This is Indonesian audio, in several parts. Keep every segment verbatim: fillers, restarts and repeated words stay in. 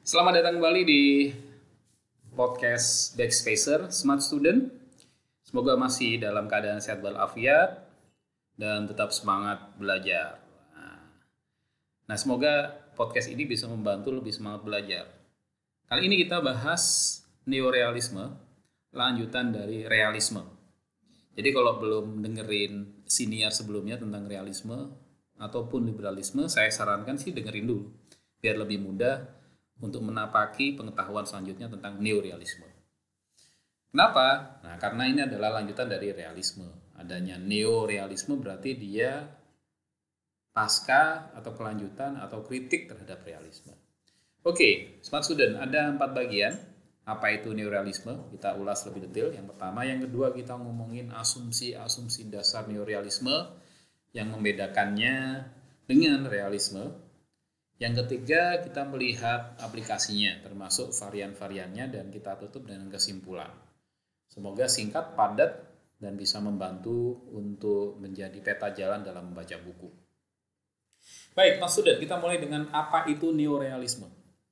Selamat datang kembali di podcast Backspacer Smart Student. Semoga masih dalam keadaan sehat walafiat dan tetap semangat belajar. Nah, semoga podcast ini bisa membantu lebih semangat belajar. Kali ini kita bahas neorealisme, lanjutan dari realisme. Jadi kalau belum dengerin siniar sebelumnya tentang realisme ataupun liberalisme, saya sarankan sih dengerin dulu biar lebih mudah untuk menapaki pengetahuan selanjutnya tentang neorealisme. Kenapa? Nah, karena ini adalah lanjutan dari realisme. Adanya neorealisme berarti dia pasca atau kelanjutan atau kritik terhadap realisme. Oke, Smart Student, ada empat bagian. Apa itu neorealisme? Kita ulas lebih detail. Yang pertama, yang kedua kita ngomongin asumsi-asumsi dasar neorealisme yang membedakannya dengan realisme. Yang ketiga, kita melihat aplikasinya, termasuk varian-variannya, dan kita tutup dengan kesimpulan. Semoga singkat, padat, dan bisa membantu untuk menjadi peta jalan dalam membaca buku. Baik, Mas Student, kita mulai dengan apa itu neorealisme.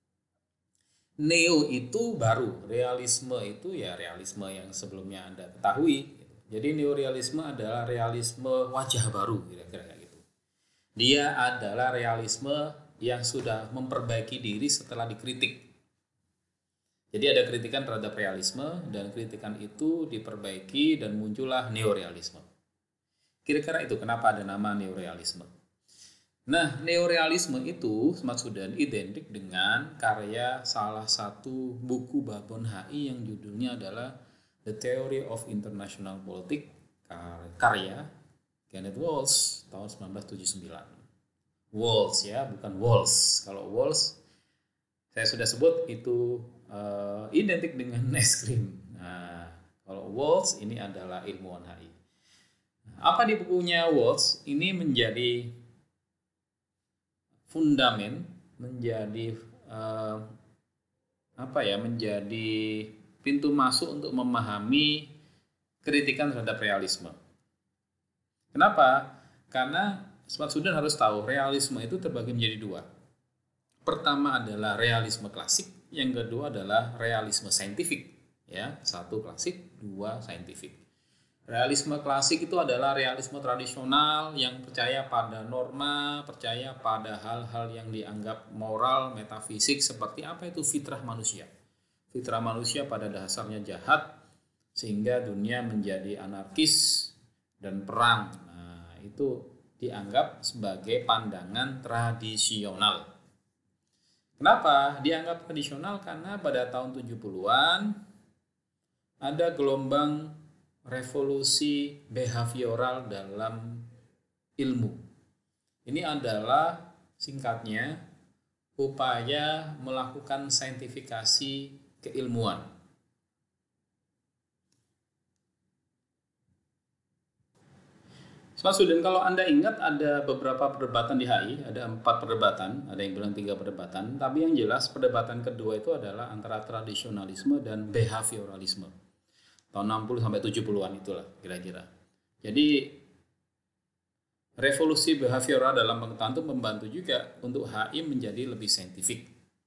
Neo itu baru, realisme itu ya realisme yang sebelumnya Anda ketahui. Jadi neorealisme adalah realisme wajah baru, kira-kira kayak gitu. Dia adalah realisme yang sudah memperbaiki diri setelah dikritik. Jadi ada kritikan terhadap realisme dan kritikan itu diperbaiki dan muncullah neorealisme. Kira-kira itu kenapa ada nama neorealisme. Nah, neorealisme itu Smart Student identik dengan karya salah satu buku Babon H I yang judulnya adalah The Theory of International Politics, karya Kenneth Walsh tahun seribu sembilan ratus tujuh puluh sembilan. Walls ya, bukan Walls. Kalau Walls saya sudah sebut itu uh, identik dengan es krim. Nah, kalau Walls ini adalah ilmuwan H I. Apa di bukunya Walls ini menjadi fundamen, menjadi uh, apa ya, menjadi pintu masuk untuk memahami kritikan terhadap realisme. Kenapa? Karena Smart Student harus tahu realisme itu terbagi menjadi dua. Pertama adalah realisme klasik, yang kedua adalah realisme saintifik. Ya, satu klasik, dua saintifik. Realisme klasik itu adalah realisme tradisional yang percaya pada norma, percaya pada hal-hal yang dianggap moral, metafisik, seperti apa itu fitrah manusia. Fitrah manusia pada dasarnya jahat, sehingga dunia menjadi anarkis dan perang. Nah, itu dianggap sebagai pandangan tradisional. Kenapa dianggap tradisional? Karena pada tahun tujuh puluhan ada gelombang revolusi behavioral dalam ilmu. Ini adalah singkatnya upaya melakukan saintifikasi keilmuan. Smart Student, kalau Anda ingat ada beberapa perdebatan di H I, ada empat perdebatan, ada yang bilang tiga perdebatan, tapi yang jelas perdebatan kedua itu adalah antara tradisionalisme dan behavioralisme. Tahun enam puluh sampai tujuh puluhan itulah kira-kira. Jadi revolusi behavioral dalam pengetahuan itu membantu juga untuk H I menjadi lebih saintifik.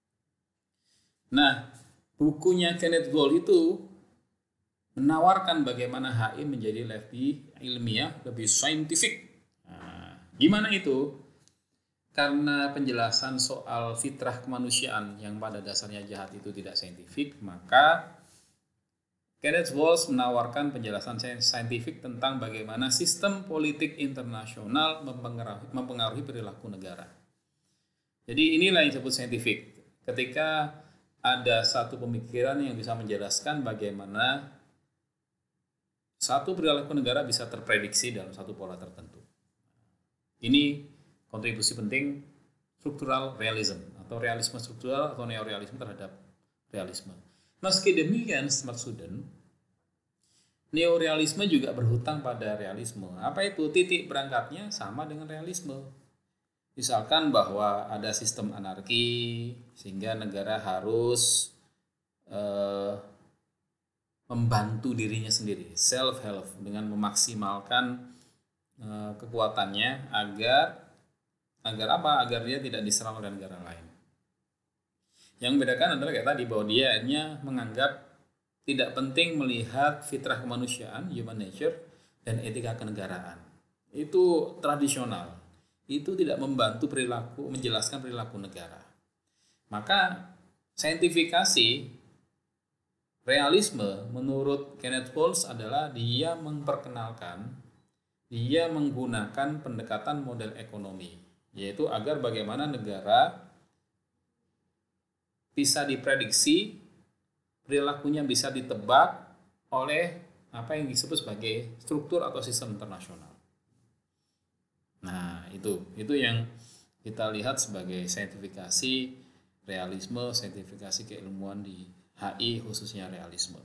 Nah, bukunya Kenneth Walsh itu menawarkan bagaimana H I menjadi lebih ilmiah, lebih saintifik. Nah, gimana itu? Karena penjelasan soal fitrah kemanusiaan yang pada dasarnya jahat itu tidak saintifik, maka Kenneth Walsh menawarkan penjelasan saintifik tentang bagaimana sistem politik internasional mempengaruhi, mempengaruhi perilaku negara. Jadi inilah yang disebut saintifik. Ketika ada satu pemikiran yang bisa menjelaskan bagaimana satu perilaku negara bisa terprediksi dalam satu pola tertentu. Ini kontribusi penting struktural realism atau realisme struktural atau neorealisme terhadap realisme. Meski demikian, Smart Student, neorealisme juga berhutang pada realisme. Apa itu? Titik berangkatnya sama dengan realisme. Misalkan bahwa ada sistem anarki sehingga negara harus eh, membantu dirinya sendiri, self-help, dengan memaksimalkan e, kekuatannya agar agar apa? Agar dia tidak diserang oleh negara lain. Yang membedakan adalah kayak tadi bahwa dia hanya menganggap tidak penting melihat fitrah kemanusiaan, human nature, dan etika kenegaraan. Itu tradisional. Itu tidak membantu perilaku, menjelaskan perilaku negara. Maka saintifikasi realisme menurut Kenneth Waltz adalah dia memperkenalkan, dia menggunakan pendekatan model ekonomi, yaitu agar bagaimana negara bisa diprediksi, perilakunya bisa ditebak oleh apa yang disebut sebagai struktur atau sistem internasional. Nah, itu itu yang kita lihat sebagai saintifikasi realisme, saintifikasi keilmuan di H I khususnya realisme.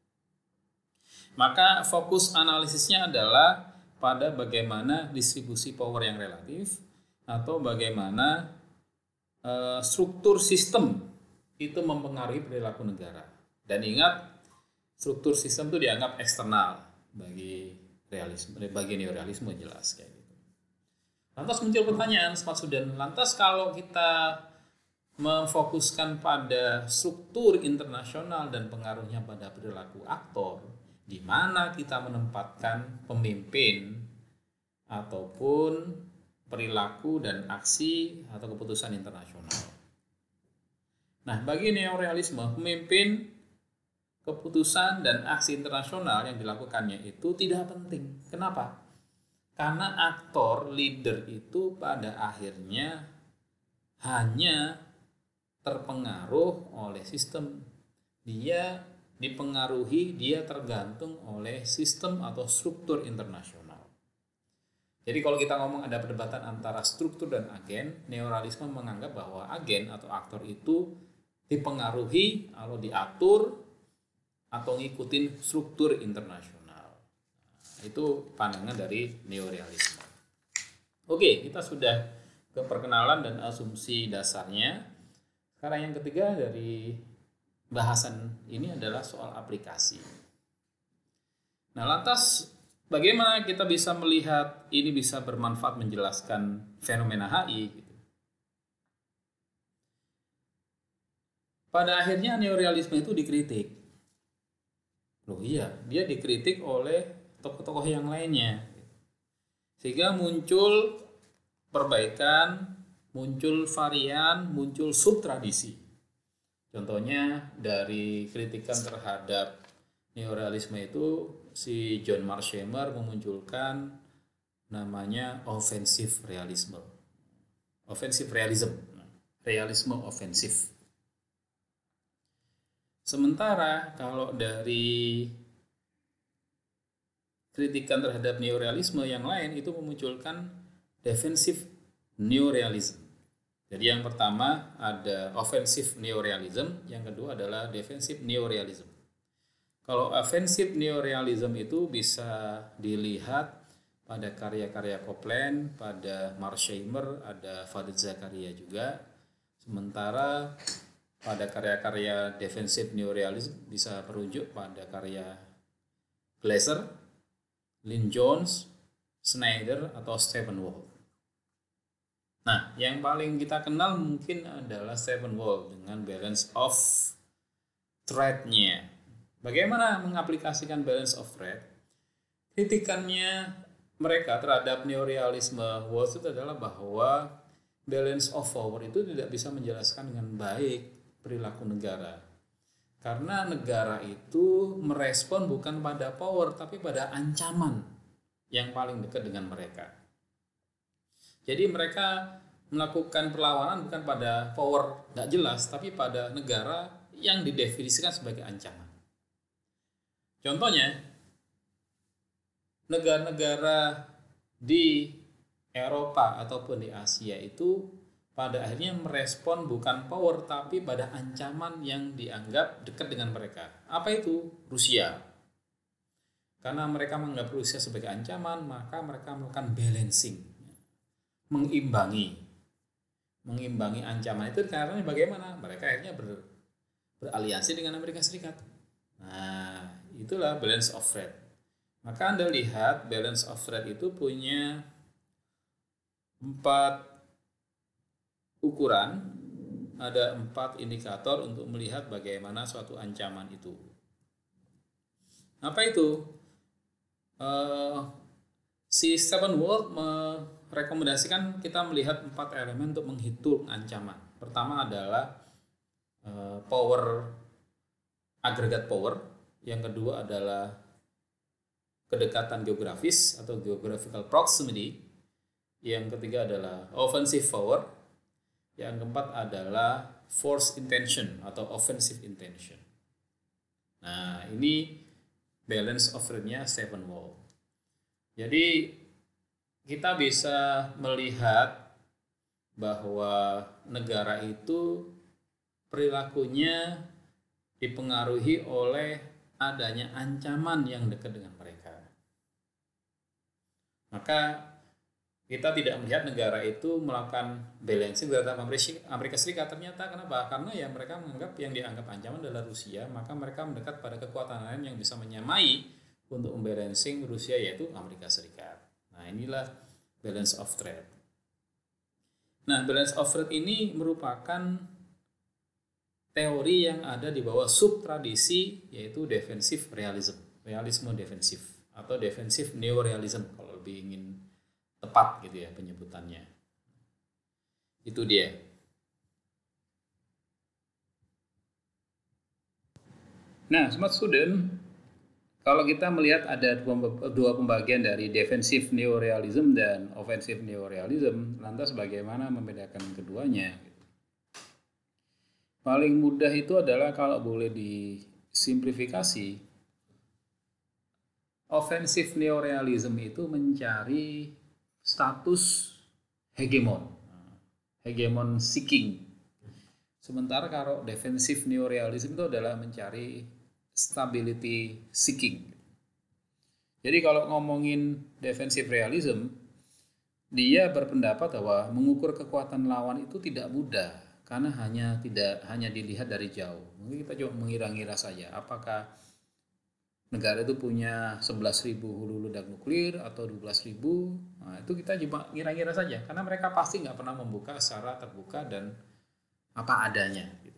Maka fokus analisisnya adalah pada bagaimana distribusi power yang relatif atau bagaimana e, struktur sistem itu mempengaruhi perilaku negara. Dan ingat, struktur sistem itu dianggap eksternal bagi realisme, bagi neorealisme jelas kayak gitu. Lantas muncul pertanyaan, Smart Student, lantas kalau kita memfokuskan pada struktur internasional dan pengaruhnya pada perilaku aktor, di mana kita menempatkan pemimpin ataupun perilaku dan aksi atau keputusan internasional. Nah, bagi neorealisme, pemimpin, keputusan, dan aksi internasional yang dilakukannya itu tidak penting. Kenapa? Karena aktor, leader itu pada akhirnya hanya terpengaruh oleh sistem. Dia dipengaruhi, dia tergantung oleh sistem atau struktur internasional. Jadi kalau kita ngomong ada perdebatan antara struktur dan agen, neorealisme menganggap bahwa agen atau aktor itu dipengaruhi atau diatur atau ngikutin struktur internasional. Nah, itu pandangan dari neorealisme. Oke, kita sudah ke perkenalan dan asumsi dasarnya. Sekarang yang ketiga dari bahasan ini adalah soal aplikasi. Nah, lantas bagaimana kita bisa melihat ini bisa bermanfaat menjelaskan fenomena H I? Gitu. Pada akhirnya neorealisme itu dikritik. Loh iya, dia dikritik oleh tokoh-tokoh yang lainnya. Sehingga muncul perbaikan, muncul varian, muncul subtradisi. Contohnya dari kritikan terhadap neorealisme itu, si John Mearsheimer memunculkan namanya offensive realisme. Offensive realism, realisme ofensif. Sementara kalau dari kritikan terhadap neorealisme yang lain itu memunculkan defensive neorealism. Jadi yang pertama ada offensive neorealism, yang kedua adalah defensive neorealism. Kalau offensive neorealism itu bisa dilihat pada karya-karya Copland, pada Mearsheimer, ada Fareed Zakaria juga. Sementara pada karya-karya defensive neorealism bisa merujuk pada karya Glasser, Lynn Jones, Snyder, atau Stephen Walt. Nah, yang paling kita kenal mungkin adalah Stephen Walt dengan balance of threat-nya. Bagaimana mengaplikasikan balance of threat? Kritikannya mereka terhadap neorealisme Walt itu adalah bahwa balance of power itu tidak bisa menjelaskan dengan baik perilaku negara. Karena negara itu merespon bukan pada power tapi pada ancaman yang paling dekat dengan mereka. Jadi mereka melakukan perlawanan bukan pada power gak jelas tapi pada negara yang didefinisikan sebagai ancaman. Contohnya, negara-negara di Eropa ataupun di Asia itu pada akhirnya merespon bukan power tapi pada ancaman yang dianggap dekat dengan mereka. Apa itu? Rusia. Karena mereka menganggap Rusia sebagai ancaman, maka mereka melakukan balancing, mengimbangi. Mengimbangi ancaman itu karena bagaimana? Mereka akhirnya ber, beraliansi dengan Amerika Serikat. Nah, itulah balance of threat. Maka Anda lihat balance of threat itu punya empat ukuran ada empat indikator untuk melihat bagaimana suatu ancaman itu. Apa itu? Uh, si Stephen Walt merekomendasikan kita melihat empat elemen untuk menghitung ancaman. Pertama adalah uh, power, agregat power. Yang kedua adalah kedekatan geografis atau geographical proximity. Yang ketiga adalah offensive power. Yang keempat adalah force intention atau offensive intention. Nah, ini balance of threat-nya Stephen Walt. Jadi kita bisa melihat bahwa negara itu perilakunya dipengaruhi oleh adanya ancaman yang dekat dengan mereka. Maka kita tidak melihat negara itu melakukan balancing terhadap Amerika Serikat. Ternyata kenapa? Karena ya mereka menganggap yang dianggap ancaman adalah Rusia, maka mereka mendekat pada kekuatan lain yang bisa menyamai untuk membalancing Rusia, yaitu Amerika Serikat. Nah, inilah balance of threat. Nah, balance of threat ini merupakan teori yang ada di bawah subtradisi, yaitu defensive realism, realisme defensif atau defensive neorealism kalau lebih ingin tepat gitu ya penyebutannya. Itu dia. Nah, smart student, kalau kita melihat ada dua pembagian dari defensive neorealism dan offensive neorealism, lantas bagaimana membedakan keduanya? Paling mudah itu adalah kalau boleh disimplifikasi, offensive neorealism itu mencari status hegemon, hegemon seeking. Sementara kalau defensive neorealism itu adalah mencari stability seeking. Jadi kalau ngomongin defensive realism, dia berpendapat bahwa mengukur kekuatan lawan itu tidak mudah karena hanya tidak hanya dilihat dari jauh. Mungkin kita coba mengira-ngira saja apakah negara itu punya sebelas ribu hulu ledak nuklir atau dua belas ribu. Nah, itu kita coba ngira-ngira saja karena mereka pasti nggak pernah membuka secara terbuka dan apa adanya gitu.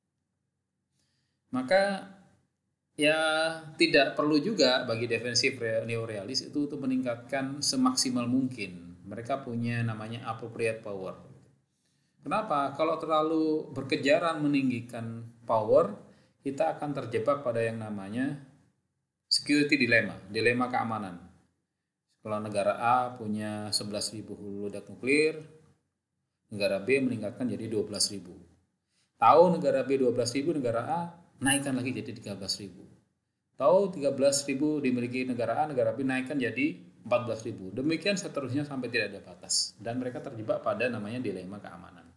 Maka ya tidak perlu juga bagi defensif neorealis itu untuk meningkatkan semaksimal mungkin. Mereka punya namanya appropriate power. Kenapa? Kalau terlalu berkejaran meninggikan power, kita akan terjebak pada yang namanya security dilemma, dilema keamanan. Kalau negara A punya sebelas ribu hulu ledak nuklir, negara B meningkatkan jadi dua belas ribu. Tahu negara B dua belas ribu, negara A naikkan lagi jadi tiga belas ribu. Tahu tiga belas ribu dimiliki negara A, negara B naikkan jadi empat belas ribu. Demikian seterusnya sampai tidak ada batas. Dan mereka terjebak pada namanya dilema keamanan.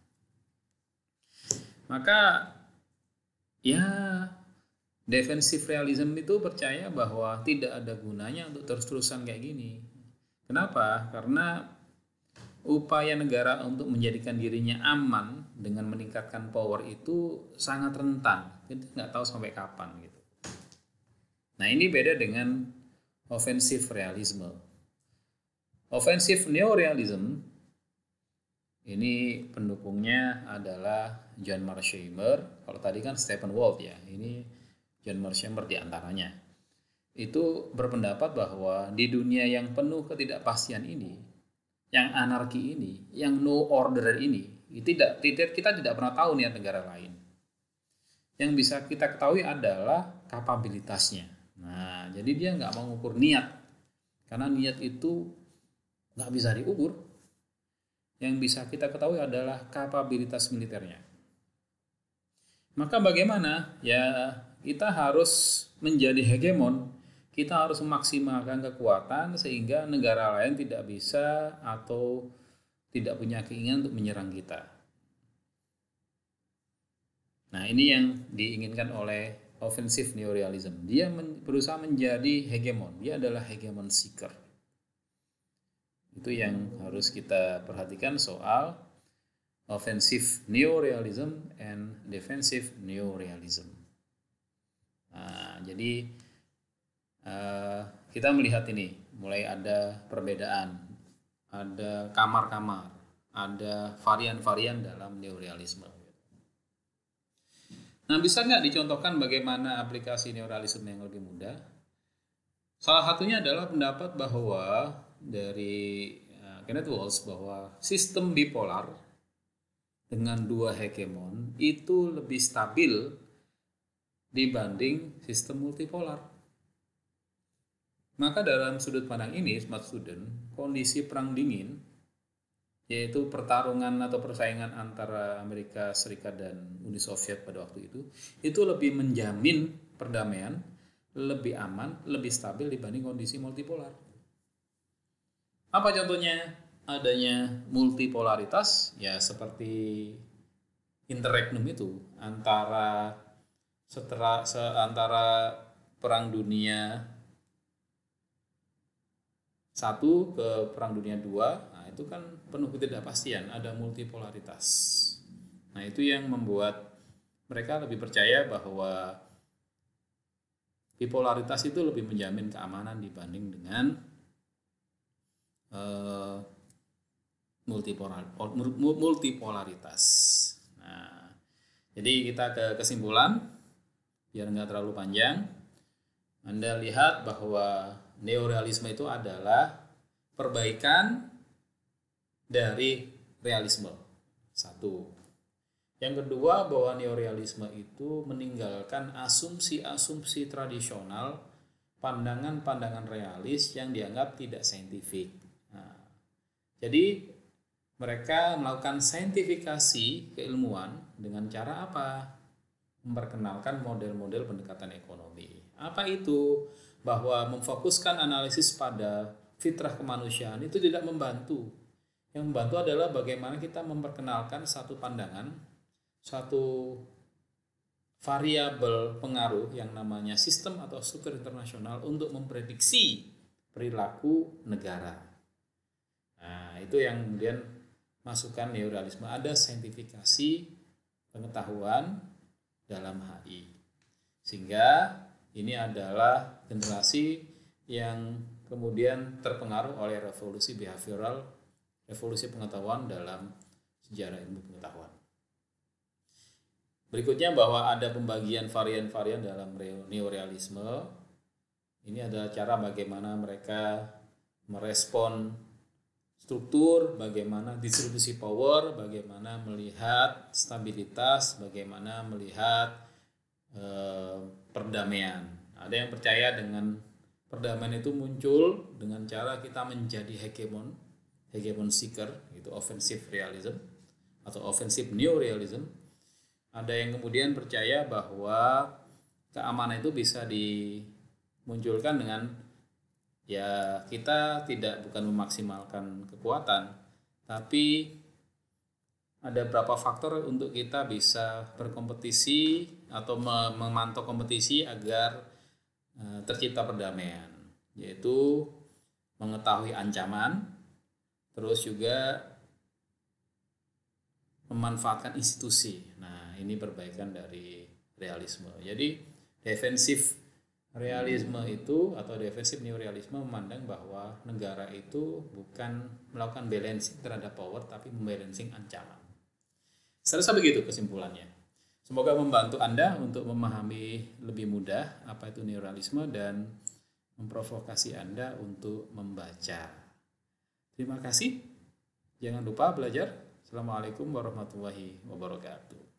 Maka ya defensive realism itu percaya bahwa tidak ada gunanya untuk terus-terusan kayak gini. Kenapa? Karena upaya negara untuk menjadikan dirinya aman dengan meningkatkan power itu sangat rentan. Kita nggak tahu sampai kapan gitu. Nah, ini beda dengan offensive realism. Offensive neorealism ini pendukungnya adalah John Mearsheimer. Kalau tadi kan Stephen Walt ya, ini John Mearsheimer di antaranya. Itu berpendapat bahwa di dunia yang penuh ketidakpastian ini, yang anarki ini, yang no order ini, tidak, tidak kita tidak pernah tahu niat negara lain. Yang bisa kita ketahui adalah kapabilitasnya. Nah, jadi dia nggak mau mengukur niat, karena niat itu nggak bisa diukur. Yang bisa kita ketahui adalah kapabilitas militernya. Maka bagaimana? Ya, kita harus menjadi hegemon. Kita harus memaksimalkan kekuatan sehingga negara lain tidak bisa atau tidak punya keinginan untuk menyerang kita. Nah, ini yang diinginkan oleh offensive neorealism. Dia berusaha menjadi hegemon. Dia adalah hegemon seeker. Itu yang harus kita perhatikan soal offensive neorealism and defensive neorealism. Nah, jadi uh, kita melihat ini mulai ada perbedaan, ada kamar-kamar, ada varian-varian dalam neorealisme. Nah, bisa nggak dicontohkan bagaimana aplikasi neorealisme yang lebih mudah? Salah satunya adalah pendapat bahwa dari uh, Kenneth Walsh bahwa sistem bipolar dengan dua hegemon itu lebih stabil dibanding sistem multipolar. Maka dalam sudut pandang ini, Smart Student, kondisi perang dingin, yaitu pertarungan atau persaingan antara Amerika Serikat dan Uni Soviet pada waktu itu, itu lebih menjamin perdamaian, lebih aman, lebih stabil dibanding kondisi multipolar. Apa contohnya? Adanya multipolaritas, ya seperti interregnum itu, antara setelah antara perang dunia satu ke perang dunia dua, nah itu kan penuh ketidakpastian, ada multipolaritas. Nah itu yang membuat mereka lebih percaya bahwa bipolaritas itu lebih menjamin keamanan dibanding dengan uh, multipolar, multipolaritas. Nah, jadi kita ke kesimpulan, biar nggak terlalu panjang. Anda lihat bahwa neorealisme itu adalah perbaikan dari realisme. Satu. Yang kedua, bahwa neorealisme itu meninggalkan asumsi-asumsi tradisional, pandangan-pandangan realis yang dianggap tidak saintifik. Nah, jadi mereka melakukan saintifikasi keilmuan dengan cara apa? Memperkenalkan model-model pendekatan ekonomi. Apa itu? Bahwa memfokuskan analisis pada fitrah kemanusiaan itu tidak membantu. Yang membantu adalah bagaimana kita memperkenalkan satu pandangan, satu variabel pengaruh yang namanya sistem atau struktur internasional untuk memprediksi perilaku negara. Nah, itu yang kemudian masukkan neorealisme. Ada saintifikasi pengetahuan dalam H I. Sehingga ini adalah generasi yang kemudian terpengaruh oleh revolusi behavioral, revolusi pengetahuan dalam sejarah ilmu pengetahuan. Berikutnya bahwa ada pembagian varian-varian dalam neorealisme. Ini adalah cara bagaimana mereka merespon struktur, bagaimana distribusi power, bagaimana melihat stabilitas, bagaimana melihat eh, perdamaian. Ada yang percaya dengan perdamaian itu muncul dengan cara kita menjadi hegemon, hegemon seeker, itu offensive realism atau offensive neorealism. Ada yang kemudian percaya bahwa keamanan itu bisa dimunculkan dengan ya kita tidak bukan memaksimalkan kekuatan, tapi ada beberapa faktor untuk kita bisa berkompetisi atau memantau kompetisi agar tercipta perdamaian, yaitu mengetahui ancaman, terus juga memanfaatkan institusi. Nah, ini perbaikan dari realisme. Jadi, defensif realisme itu atau defensif neorealisme memandang bahwa negara itu bukan melakukan balancing terhadap power, tapi membalancing ancaman. Seharusnya begitu kesimpulannya. Semoga membantu Anda untuk memahami lebih mudah apa itu neorealisme dan memprovokasi Anda untuk membaca. Terima kasih. Jangan lupa belajar. Assalamualaikum warahmatullahi wabarakatuh.